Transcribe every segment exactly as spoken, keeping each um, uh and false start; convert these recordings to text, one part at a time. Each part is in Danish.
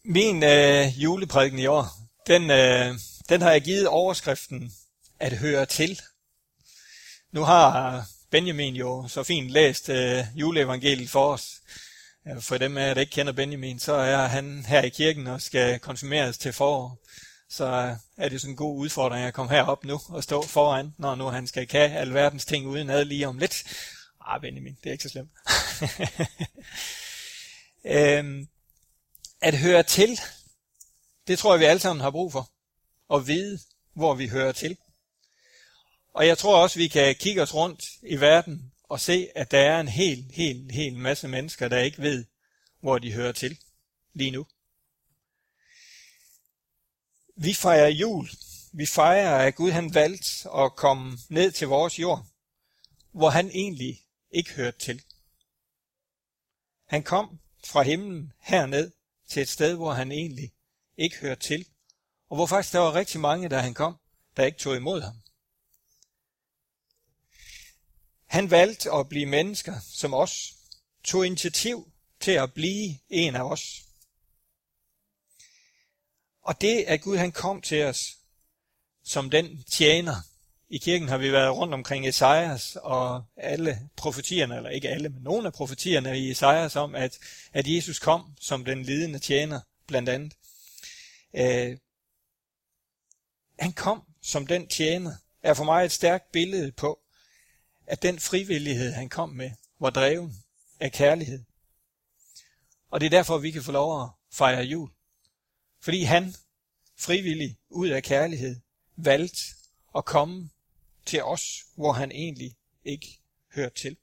Min øh, juleprædiken i år, den, øh, den har jeg givet overskriften at høre til. Nu har Benjamin jo så fint læst øh, juleevangeliet for os. For dem af jer, der ikke kender Benjamin, så er han her i kirken og skal konfirmeres til forår. Så øh, er det sådan en god udfordring at komme herop nu og stå foran, når nu han skal kan alverdens ting uden ad lige om lidt. Ah, Benjamin, det er ikke så slemt. øhm, At høre til, det tror jeg, vi alle sammen har brug for. At vide, hvor vi hører til. Og jeg tror også, vi kan kigge os rundt i verden og se, at der er en hel, hel, hel masse mennesker, der ikke ved, hvor de hører til lige nu. Vi fejrer jul. Vi fejrer, at Gud han valgte at komme ned til vores jord, hvor han egentlig ikke hørte til. Han kom fra himlen herned til et sted, hvor han egentlig ikke hørte til, og hvor faktisk der var rigtig mange, da han kom, der ikke tog imod ham. Han valgte at blive mennesker som os, tog initiativ til at blive en af os. Og det, at Gud han kom til os som den tjener. I kirken har vi været rundt omkring Esajas og alle profetierne, eller ikke alle, men nogle af profetierne i Esajas om, at, at Jesus kom som den lidende tjener, blandt andet. Øh, han kom som den tjener, er for mig et stærkt billede på, at den frivillighed, han kom med, var dreven af kærlighed. Og det er derfor, vi kan få lov at fejre jul. Fordi han, frivillig ud af kærlighed, valgte at komme til os, hvor han egentlig ikke hører til.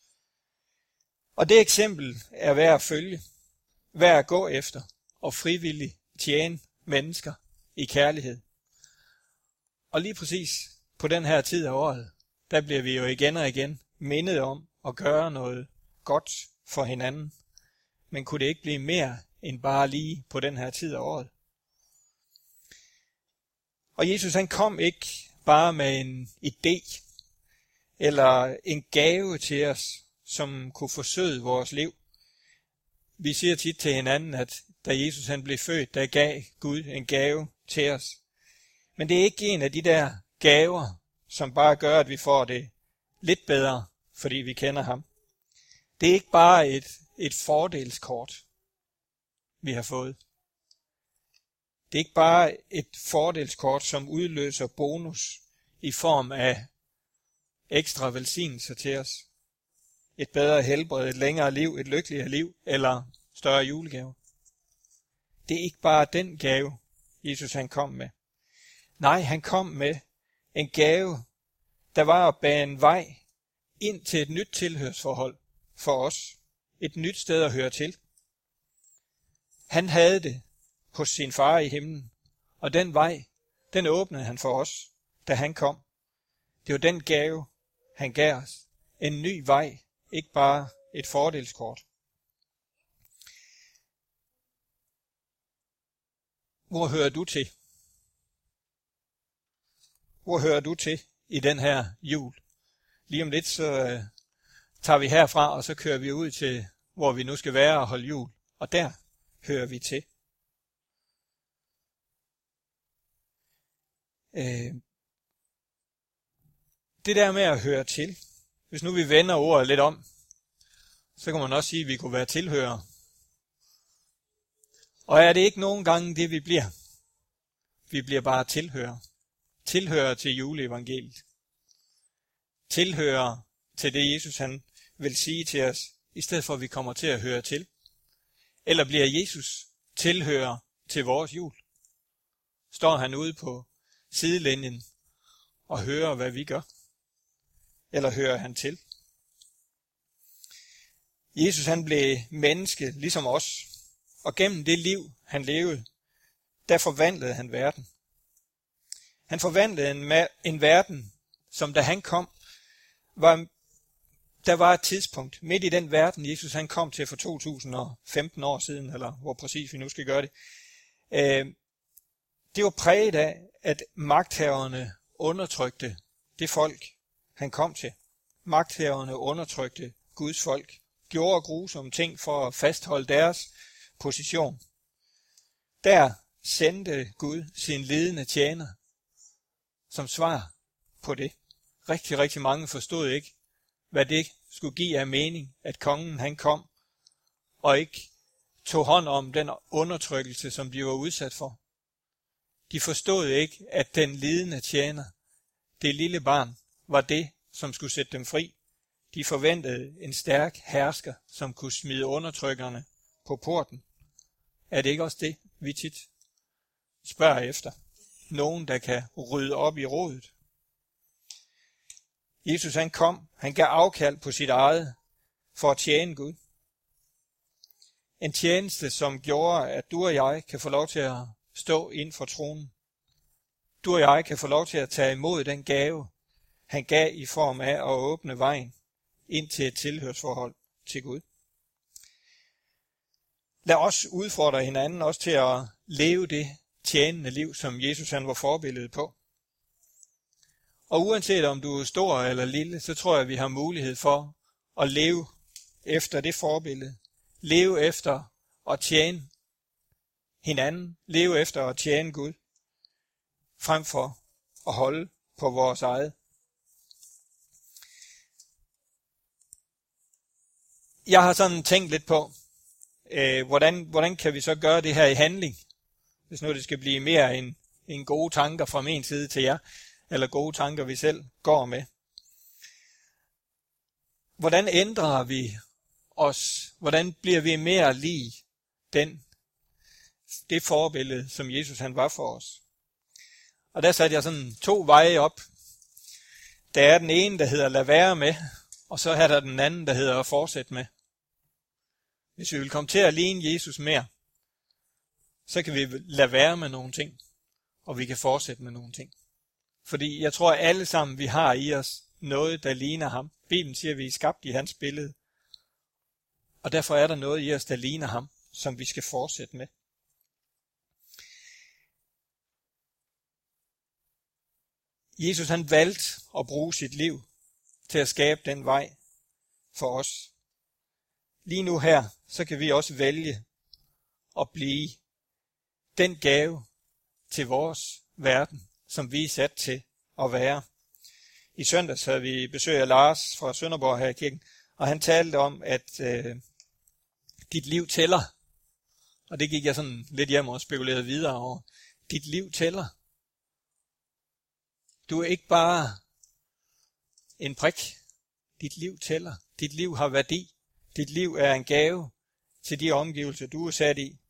Og det eksempel er værd at følge, værd at gå efter og frivilligt tjene mennesker i kærlighed. Og lige præcis på den her tid af året, der bliver vi jo igen og igen mindet om at gøre noget godt for hinanden. Men kunne det ikke blive mere end bare lige på den her tid af året? Og Jesus han kom ikke bare med en idé eller en gave til os, som kunne forsøde vores liv. Vi siger tit til hinanden, at da Jesus han blev født, der gav Gud en gave til os. Men det er ikke en af de der gaver, som bare gør, at vi får det lidt bedre, fordi vi kender ham. Det er ikke bare et, et fordelskort, vi har fået. Det er ikke bare et fordelskort, som udløser bonus i form af ekstra velsignelser til os. Et bedre helbred, et længere liv, et lykkeligere liv eller større julegave. Det er ikke bare den gave, Jesus han kom med. Nej, han kom med en gave, der var at bane vej ind til et nyt tilhørsforhold for os. Et nyt sted at høre til. Han havde det hos sin far i himlen, og den vej, den åbnede han for os, da han kom. Det var den gave, han gav os. En ny vej, ikke bare et fordelskort. Hvor hører du til? Hvor hører du til i den her jul? Lige om lidt, så øh, tager vi herfra, og så kører vi ud til, hvor vi nu skal være og holde jul. Og der hører vi til. Øh, det der med at høre til, hvis nu vi vender ordet lidt om, så kan man også sige, at vi kunne være tilhørere. Og er det ikke nogen gange det, vi bliver? Vi bliver bare tilhører. Tilhører til juleevangeliet. Tilhører til det, Jesus han vil sige til os, i stedet for at vi kommer til at høre til. Eller bliver Jesus tilhører til vores jul? Står han ude på sidelinjen og hører, hvad vi gør? Eller hører han til? Jesus han blev menneske ligesom os, og gennem det liv han levede, der forvandlede han verden. Han forvandlede en, ma- en verden, som da han kom, var, der var et tidspunkt midt i den verden, Jesus han kom til for to tusind og femten år siden, eller hvor præcis vi nu skal gøre det. Øh, det var præget af, at magthaverne undertrykte det folk, han kom til. Magthaverne undertrykte Guds folk, gjorde grusomme ting for at fastholde deres position. Der sendte Gud sin ledende tjener som svar på det. Rigtig, rigtig mange forstod ikke, hvad det skulle give af mening, at kongen han kom og ikke tog hånd om den undertrykkelse, som de var udsat for. De forstod ikke, at den lidende tjener, det lille barn, var det, som skulle sætte dem fri. De forventede en stærk hersker, som kunne smide undertrykkerne på porten. Er det ikke også det, vi tit spørger efter? Nogen, der kan rydde op i rodet. Jesus han kom, han gav afkald på sit eget for at tjene Gud. En tjeneste, som gjorde, at du og jeg kan få lov til at stå ind for tronen. Du og jeg kan få lov til at tage imod den gave, han gav i form af at åbne vejen ind til et tilhørsforhold til Gud. Lad os udfordre hinanden også til at leve det tjenende liv, som Jesus han var forbilledet på. Og uanset om du er stor eller lille, så tror jeg, at vi har mulighed for at leve efter det forbillede. Leve efter at tjene hinanden. Leve efter at tjene Gud. Frem for at holde på vores eget. Jeg har sådan tænkt lidt på, øh, hvordan, hvordan kan vi så gøre det her i handling? Hvis nu det skal blive mere end, end gode tanker fra min side til jer, eller gode tanker, vi selv går med. Hvordan ændrer vi os? Hvordan bliver vi mere lig den, det forbillede, som Jesus han var for os? Og der satte jeg sådan to veje op. Der er den ene, der hedder lad være med, og så er der den anden, der hedder at fortsætte med. Hvis vi vil komme til at ligne Jesus mere, så kan vi lade være med nogle ting, og vi kan fortsætte med nogle ting. Fordi jeg tror, at alle sammen vi har i os noget, der ligner ham. Bibelen siger, at vi er skabt i hans billede. Og derfor er der noget i os, der ligner ham, som vi skal fortsætte med. Jesus han valgte at bruge sit liv til at skabe den vej for os. Lige nu her, så kan vi også vælge at blive den gave til vores verden, som vi er sat til at være. I søndags havde vi besøg af Lars fra Sønderborg her i kirken, og han talte om, at øh, dit liv tæller. Og det gik jeg sådan lidt hjem og spekulerede videre over. Dit liv tæller. Du er ikke bare en prik. Dit liv tæller. Dit liv har værdi. Dit liv er en gave til de omgivelser, du er sat i.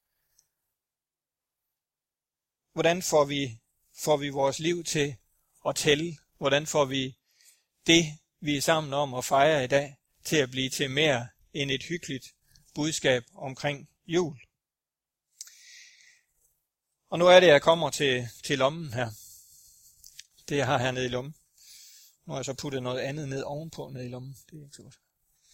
Hvordan får vi, får vi vores liv til at tælle? Hvordan får vi det, vi er sammen om at fejre i dag, til at blive til mere end et hyggeligt budskab omkring jul? Og nu er det, jeg kommer til, til lommen her. Det, jeg har hernede i lommen. Nu har jeg så puttet noget andet ned ovenpå nede i lommen. Det er ikke så godt.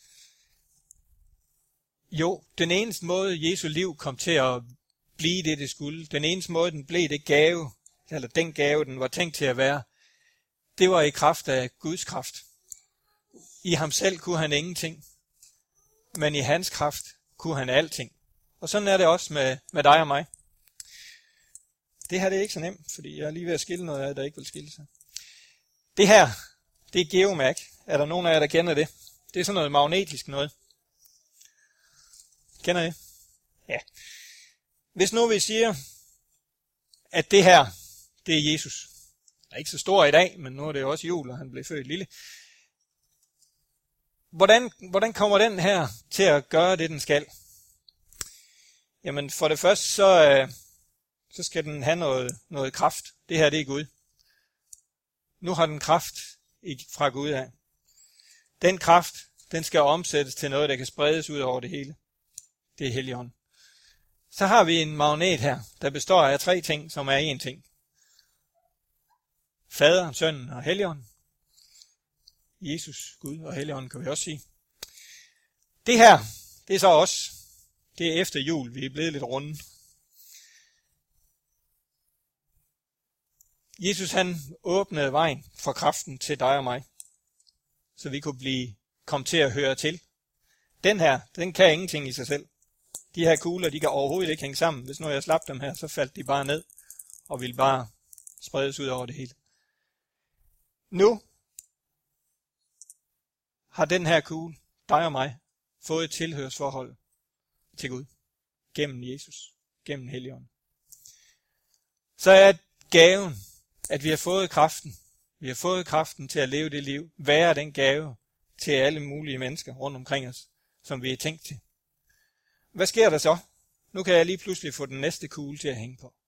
Jo, den eneste måde, Jesu liv kom til at blive det, det skulle, den eneste måde, den blev det gave, eller den gave, den var tænkt til at være, det var i kraft af Guds kraft. I ham selv kunne han ingenting, men i hans kraft kunne han alting. Og sådan er det også med, med dig og mig. Det her det er ikke så nemt, fordi jeg er lige ved at skille noget af, der ikke vil skille sig. Det her, det er geomag. Er der nogen af jer, der kender det? Det er sådan noget magnetisk noget. Kender I? Ja. Hvis nu vi siger, at det her, det er Jesus. Han er ikke så stor i dag, men nu er det jo også jul, og han blev født lille. Hvordan, hvordan kommer den her til at gøre det, den skal? Jamen for det første, så, så skal den have noget, noget kraft. Det her, det er Gud. Nu har den kraft fra Gud af. Den kraft, den skal omsættes til noget, der kan spredes ud over det hele. Det er Helligånden. Så har vi en magnet her, der består af tre ting, som er én ting. Faderen, Sønnen og Helligånden. Jesus, Gud og Helligånden kan vi også sige. Det her, det er så os. Det er efter jul, vi er blevet lidt runde. Jesus han åbnede vejen for kraften til dig og mig, så vi kunne blive komme til at høre til. Den her, den kan ingenting i sig selv. De her kugler, de kan overhovedet ikke hænge sammen. Hvis nu jeg slap dem her, så faldt de bare ned og ville bare spredes ud over det hele. Nu har den her kugle, dig og mig, fået et tilhørsforhold til Gud gennem Jesus, gennem Helligånden. Så er gaven, at vi har fået kraften. Vi har fået kraften til at leve det liv, være den gave til alle mulige mennesker rundt omkring os, som vi er tænkt til. Hvad sker der så? Nu kan jeg lige pludselig få den næste kugle til at hænge på.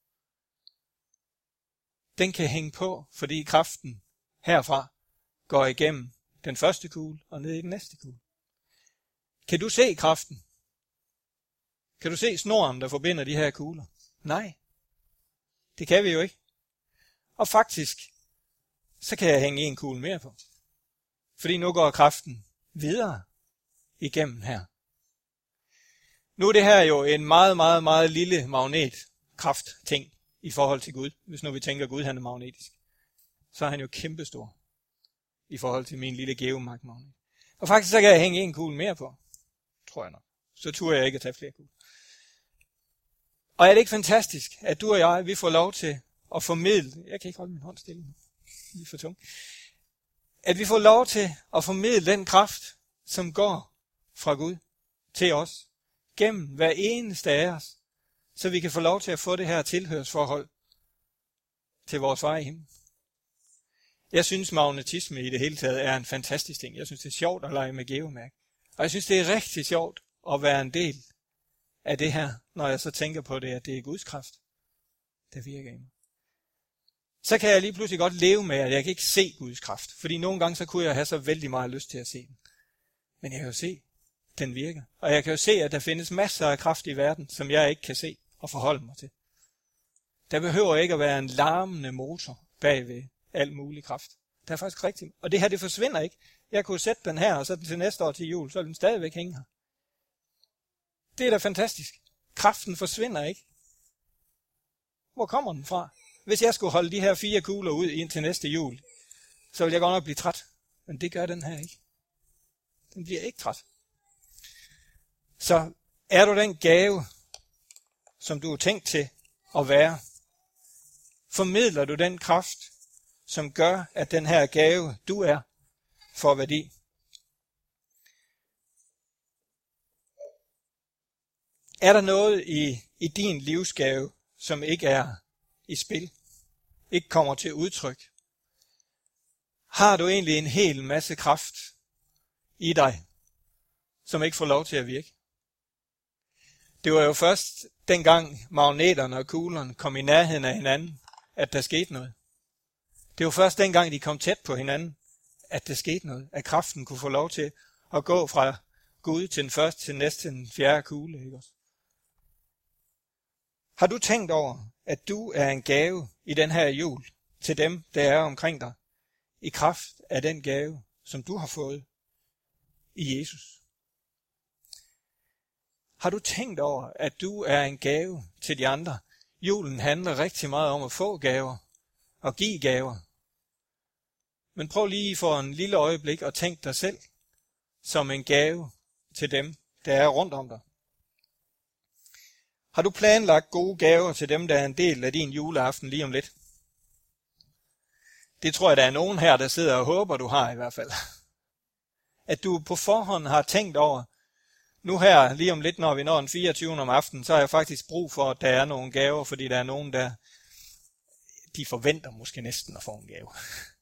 Den kan hænge på, fordi kraften herfra går igennem den første kugle og ned i den næste kugle. Kan du se kraften? Kan du se snoren, der forbinder de her kugler? Nej, det kan vi jo ikke. Og faktisk, så kan jeg hænge en kugle mere på. Fordi nu går kraften videre igennem her. Nu er det her jo en meget, meget, meget lille magnetkraft-ting i forhold til Gud. Hvis nu vi tænker, at Gud han er magnetisk, så er han jo kæmpestor i forhold til min lille geomagnet. Og faktisk så kan jeg hænge en kugle mere på, tror jeg nok. Så turde jeg ikke at tage flere kugler. Og er det ikke fantastisk, at du og jeg, vi får lov til at formidle, jeg kan ikke holde min hånd stille nu, det er for tung, at vi får lov til at formidle den kraft, som går fra Gud til os, gennem hver eneste af os, så vi kan få lov til at få det her tilhørsforhold til vores far i himlen. Jeg synes, magnetisme i det hele taget er en fantastisk ting. Jeg synes, det er sjovt at lege med geomærke. Og jeg synes, det er rigtig sjovt at være en del af det her, når jeg så tænker på det, at det er Guds kraft, der virker i mig. Så kan jeg lige pludselig godt leve med, at jeg kan ikke se Guds kraft. Fordi nogle gange så kunne jeg have så vældig meget lyst til at se den. Men jeg kan jo se, den virker. Og jeg kan jo se, at der findes masser af kraft i verden, som jeg ikke kan se og forholde mig til. Der behøver ikke at være en larmende motor bagved al mulig kraft. Der er faktisk rigtigt. Og det her, det forsvinder ikke. Jeg kunne sætte den her, og så til næste år til jul, så vil den stadigvæk hænge her. Det er da fantastisk. Kraften forsvinder ikke. Hvor kommer den fra? Hvis jeg skulle holde de her fire kugler ud indtil næste jul, så vil jeg godt nok blive træt. Men det gør den her ikke. Den bliver ikke træt. Så er du den gave, som du er tænkt til at være? Formidler du den kraft, som gør, at den her gave, du er, får værdi? Er der noget i, i din livsgave, som ikke er i spil? Ikke kommer til udtryk? Har du egentlig en hel masse kraft i dig, som ikke får lov til at virke? Det var jo først dengang magneterne og kuglerne kom i nærheden af hinanden, at der skete noget. Det var først dengang de kom tæt på hinanden, at der skete noget. At kraften kunne få lov til at gå fra Gud til den første, til den næste, til den fjerde kugle. Ikke også? Har du tænkt over, at du er en gave i den her jul til dem, der er omkring dig, i kraft af den gave, som du har fået i Jesus? Har du tænkt over, at du er en gave til de andre? Julen handler rigtig meget om at få gaver og give gaver. Men prøv lige for en lille øjeblik at tænke dig selv som en gave til dem, der er rundt om dig. Har du planlagt gode gaver til dem, der er en del af din juleaften lige om lidt? Det tror jeg, der er nogen her, der sidder og håber, du har i hvert fald. At du på forhånd har tænkt over, nu her lige om lidt, når vi når den fireogtyvende om aftenen, så har jeg faktisk brug for, at der er nogle gaver, fordi der er nogen, der de forventer måske næsten at få en gave.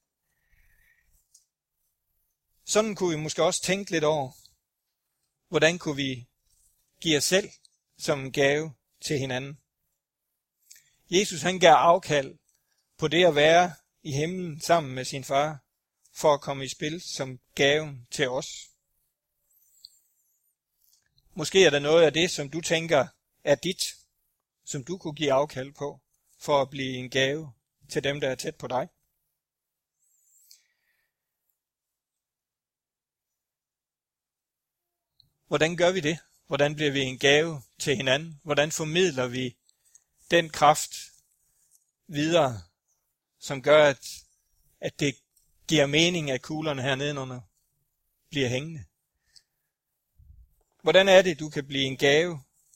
Sådan kunne vi måske også tænke lidt over, hvordan kunne vi give os selv som en gave til hinanden. Jesus han gav afkald på det at være i himlen sammen med sin far, for at komme i spil som gaven til os. Måske er der noget af det, som du tænker er dit, som du kunne give afkald på, for at blive en gave til dem, der er tæt på dig. Hvordan gør vi det? Hvordan bliver vi en gave til hinanden? Hvordan formidler vi den kraft videre, som gør, at, at det giver mening, at kuglerne her nedenunder bliver hængende? Hvordan er det, du kan blive en gave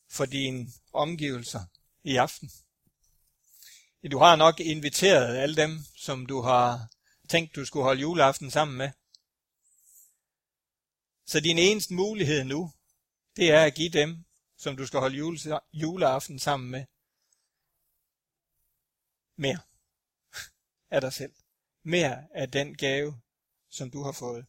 for dine omgivelser i aften? Du har nok inviteret alle dem, som du har tænkt, du skulle holde juleaften sammen med. Så din eneste mulighed nu, det er at give dem, som du skal holde jule, juleaften sammen med, mere af dig selv. Mere af den gave, som du har fået.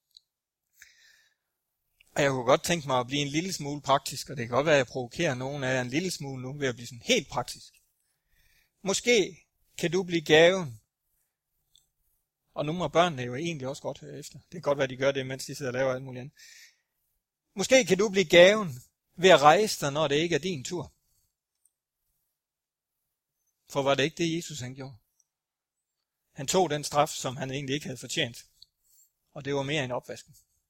Og jeg kunne godt tænke mig at blive en lille smule praktisk, og det kan godt være, at jeg provokerer nogen af jer en lille smule nu ved at blive sådan helt praktisk. Måske kan du blive gaven, og nu må børnene jo egentlig også godt høre efter. Det kan godt være, at de gør det, mens de sidder og laver alt muligt andet. Måske kan du blive gaven ved at rejse dig, når det ikke er din tur. For var det ikke det, Jesus han gjorde? Han tog den straf, som han egentlig ikke havde fortjent. Og det var mere end opvasken.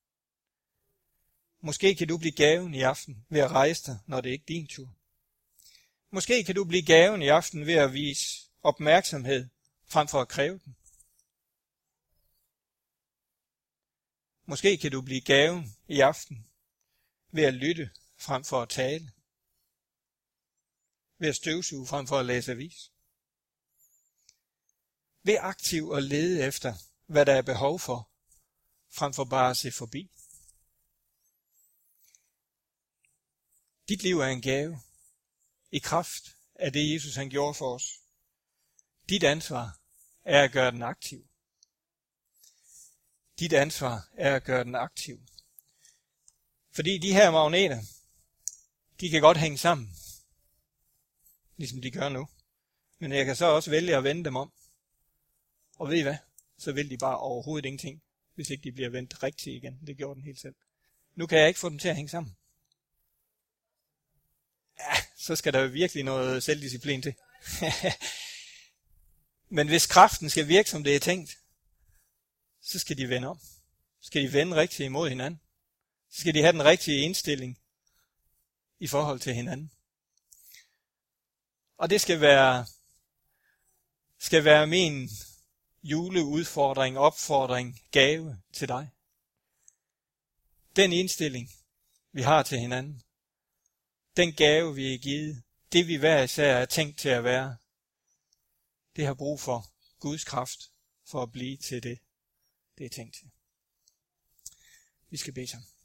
Måske kan du blive gaven i aften ved at rejse dig, når det ikke er din tur. Måske kan du blive gaven i aften ved at vise opmærksomhed frem for at kræve den. Måske kan du blive gaven i aften ved at lytte frem for at tale. Ved at støvsuge frem for at læse avis. Ved aktivt at lede efter, hvad der er behov for, frem for bare at se forbi. Dit liv er en gave i kraft af det, Jesus han gjorde for os. Dit ansvar er at gøre den aktiv. Dit ansvar er at gøre den aktiv. Fordi de her magneter, de kan godt hænge sammen, ligesom de gør nu. Men jeg kan så også vælge at vende dem om. Og ved I hvad? Så vil de bare overhovedet ingenting, hvis ikke de bliver vendt rigtigt igen. Det gjorde den helt selv. Nu kan jeg ikke få dem til at hænge sammen. Ja, så skal der jo virkelig noget selvdisciplin til. Men hvis kraften skal virke, som det er tænkt, så skal de vende om. Så skal de vende rigtigt imod hinanden. Så skal de have den rigtige indstilling i forhold til hinanden. Og det skal være, skal være min juleudfordring, opfordring, gave til dig. Den indstilling, vi har til hinanden. Den gave, vi er givet. Det, vi hver især er tænkt til at være. Det har brug for Guds kraft for at blive til det, det er tænkt til. Vi skal bede sammen.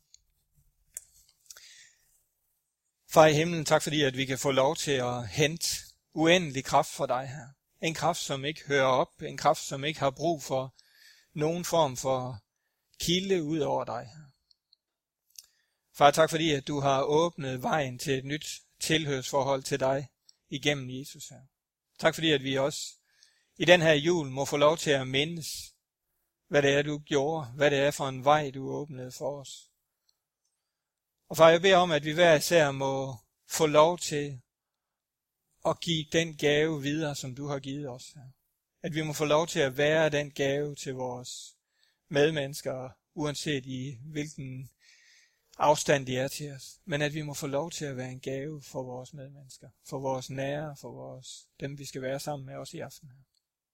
Far i himlen, tak fordi, at vi kan få lov til at hente uendelig kraft fra dig her. En kraft, som ikke hører op. En kraft, som ikke har brug for nogen form for kilde ud over dig her. Far, tak fordi, at du har åbnet vejen til et nyt tilhørsforhold til dig igennem Jesus her. Tak fordi, at vi også i den her jul må få lov til at mindes, hvad det er, du gjorde, hvad det er for en vej, du åbnede for os. Og far, jeg beder om, at vi hver især må få lov til at give den gave videre, som du har givet os her. At vi må få lov til at være den gave til vores medmennesker, uanset i hvilken afstand de er til os. Men at vi må få lov til at være en gave for vores medmennesker, for vores nære, for vores, dem vi skal være sammen med os i aften her.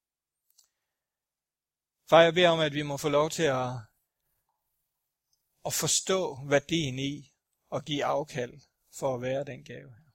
Far, jeg beder om, at vi må få lov til at, at forstå værdien i og give afkald for at være den gave her.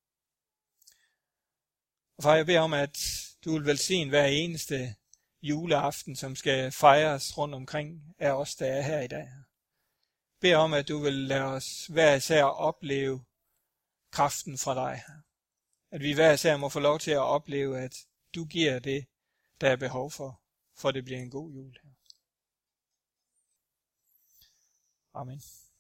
Og far, jeg beder om, at du vil velsigne hver eneste juleaften, som skal fejres rundt omkring af os, der er her i dag. Jeg beder om, at du vil lade os hver især opleve kraften fra dig her. At vi hver især må få lov til at opleve, at du giver det, der er behov for, for det bliver en god jul her. Amen.